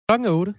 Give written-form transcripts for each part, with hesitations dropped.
Klokken 8.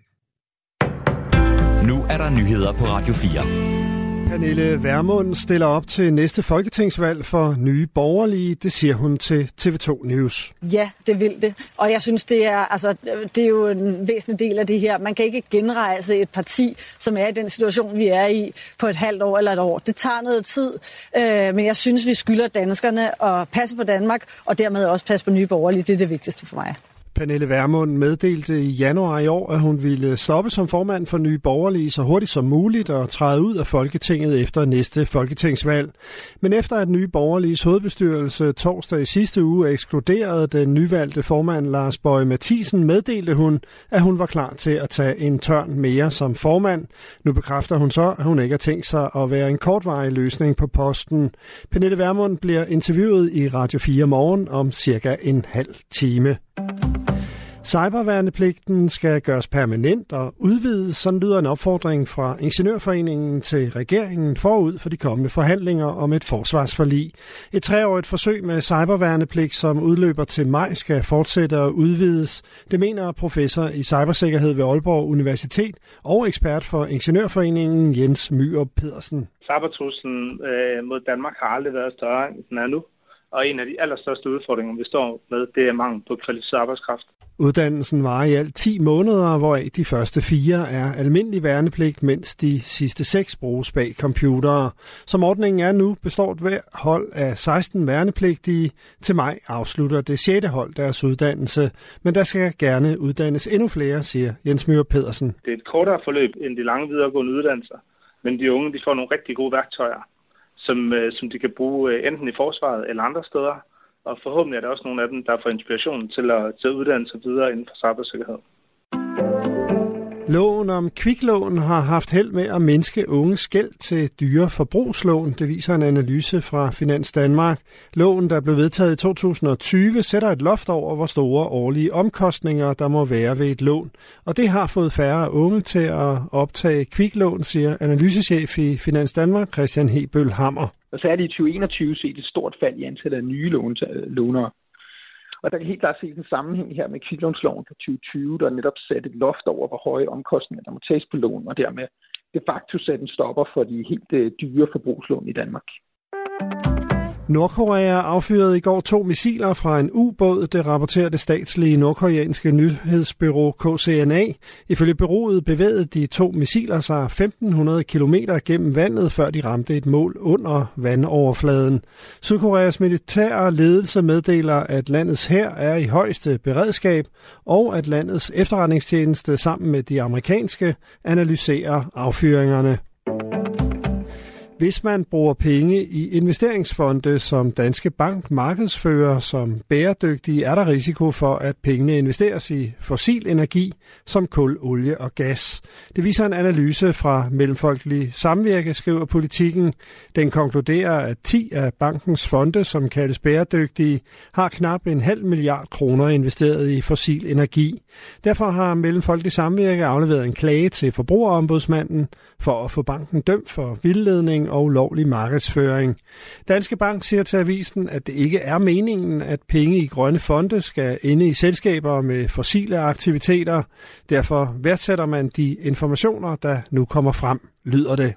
Nu er der nyheder på Radio 4. Pernille Vermund stiller op til næste folketingsvalg for Nye Borgerlige. Det siger hun til TV2 News. Ja, det vil det. Og jeg synes, det er jo en væsentlig del af det her. Man kan ikke genrejse et parti, som er i den situation, vi er i på et halvt år eller et år. Det tager noget tid, men jeg synes, vi skylder danskerne at passe på Danmark, og dermed også passe på Nye Borgerlige. Det er det vigtigste for mig. Pernille Vermund meddelte i januar i år, at hun ville stoppe som formand for Nye Borgerlige så hurtigt som muligt og træde ud af Folketinget efter næste folketingsvalg. Men efter at Nye Borgerliges hovedbestyrelse torsdag i sidste uge ekskluderede den nyvalgte formand Lars Boje Mathiesen, meddelte hun, at hun var klar til at tage en tørn mere som formand. Nu bekræfter hun så, at hun ikke har tænkt sig at være en kortvarig løsning på posten. Pernille Vermund bliver interviewet i Radio 4 morgen om cirka en halv time. Cyberværnepligten skal gøres permanent og udvides, sådan lyder en opfordring fra Ingeniørforeningen til regeringen forud for de kommende forhandlinger om et forsvarsforlig. Et 3-årigt forsøg med cyberværnepligt, som udløber til maj, skal fortsætte og udvides. Det mener professor i cybersikkerhed ved Aalborg Universitet og ekspert for Ingeniørforeningen Jens Myrup Pedersen. Cybertruslen mod Danmark har aldrig været større, end den er nu. Og en af de allerstørste udfordringer, vi står med, det er mangel på kvalificeret arbejdskraft. Uddannelsen varer i alt 10 måneder, hvoraf de første 4 er almindelig værnepligt, mens de sidste 6 bruges bag computere. Som ordningen er nu, består hver hold af 16 værnepligtige. Til maj afslutter det 6. hold deres uddannelse, men der skal gerne uddannes endnu flere, siger Jens Myrup Pedersen. Det er et kortere forløb end de lange videregående uddannelser, men de unge de får nogle rigtig gode værktøjer, som de kan bruge enten i forsvaret eller andre steder. Og forhåbentlig er der også nogle af dem, der får inspiration til at uddanne sig videre inden for cybersikkerhed. Loven om kviklån har haft held med at mindske unges gæld til dyre forbrugslån. Det viser en analyse fra Finans Danmark. Loven, der blev vedtaget i 2020, sætter et loft over, hvor store årlige omkostninger der må være ved et lån. Og det har fået færre unge til at optage kviklån, siger analysechef i Finans Danmark, Christian Hebøl Hammer. Og så er det i 2021 set et stort fald i antallet af nye lånere. Og der kan helt klart ses en sammenhæng her med kviklånsloven fra 2020, der netop satte et loft over, hvor høje omkostninger der må tages på lån, og dermed de facto sætte en stopper for de helt dyre forbrugslån i Danmark. Nordkorea affyrede i går 2 missiler fra en ubåd, det rapporterer det statslige nordkoreanske nyhedsbureau KCNA. Ifølge bureauet bevægede de 2 missiler sig 1.500 kilometer gennem vandet, før de ramte et mål under vandoverfladen. Sydkoreas militære ledelse meddeler, at landets hær er i højeste beredskab, og at landets efterretningstjeneste sammen med de amerikanske analyserer affyringerne. Hvis man bruger penge i investeringsfonde, som Danske Bank markedsfører som bæredygtige, er der risiko for, at pengene investeres i fossil energi som kul, olie og gas. Det viser en analyse fra Mellemfolkelig Samvirke, skriver Politikken. Den konkluderer, at 10 af bankens fonde, som kaldes bæredygtige, har knap 0,5 milliard kroner investeret i fossil energi. Derfor har Mellemfolkelig Samvirke afleveret en klage til Forbrugerombudsmanden for at få banken dømt for vildledning og ulovlig markedsføring. Danske Bank siger til avisen, at det ikke er meningen, at penge i grønne fonde skal ende i selskaber med fossile aktiviteter. Derfor værdsætter man de informationer, der nu kommer frem, lyder det.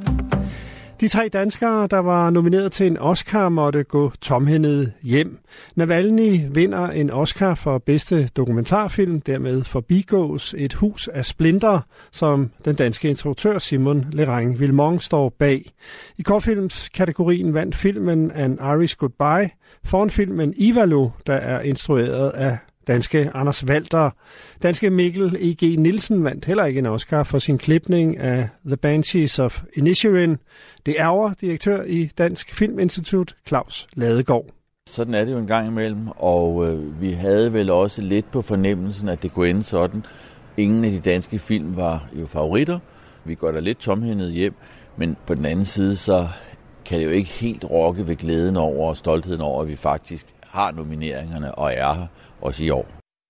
De 3 danskere, der var nomineret til en Oscar, måtte gå tomhændet hjem. Navalny vinder en Oscar for bedste dokumentarfilm, dermed forbigås Et hus af splinter, som den danske instruktør Simon Lerang Vilmont står bag. I kortfilmskategorien vandt filmen An Irish Goodbye foran filmen Ivalo, der er instrueret af danske Anders Walter. Danske Mikkel E.G. Nielsen vandt heller ikke en Oscar for sin klipning af The Banshees of Inisherin. Det ærger direktør i Dansk Filminstitut, Claus Ladegaard. Sådan er det jo en gang imellem, og vi havde vel også lidt på fornemmelsen, at det kunne ende sådan. Ingen af de danske film var jo favoritter. Vi går da lidt tomhændet hjem, men på den anden side, så kan det jo ikke helt rokke ved glæden over og stoltheden over, at vi faktisk har nomineringerne og er her også i år.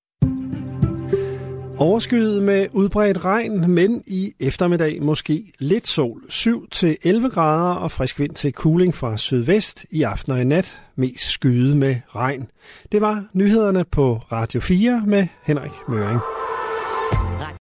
Overskyet med udbredt regn, men i eftermiddag måske lidt sol. 7-11 grader og frisk vind til kuling fra sydvest. I aften og i nat mest skyde med regn. Det var nyhederne på Radio 4 med Henrik Møring.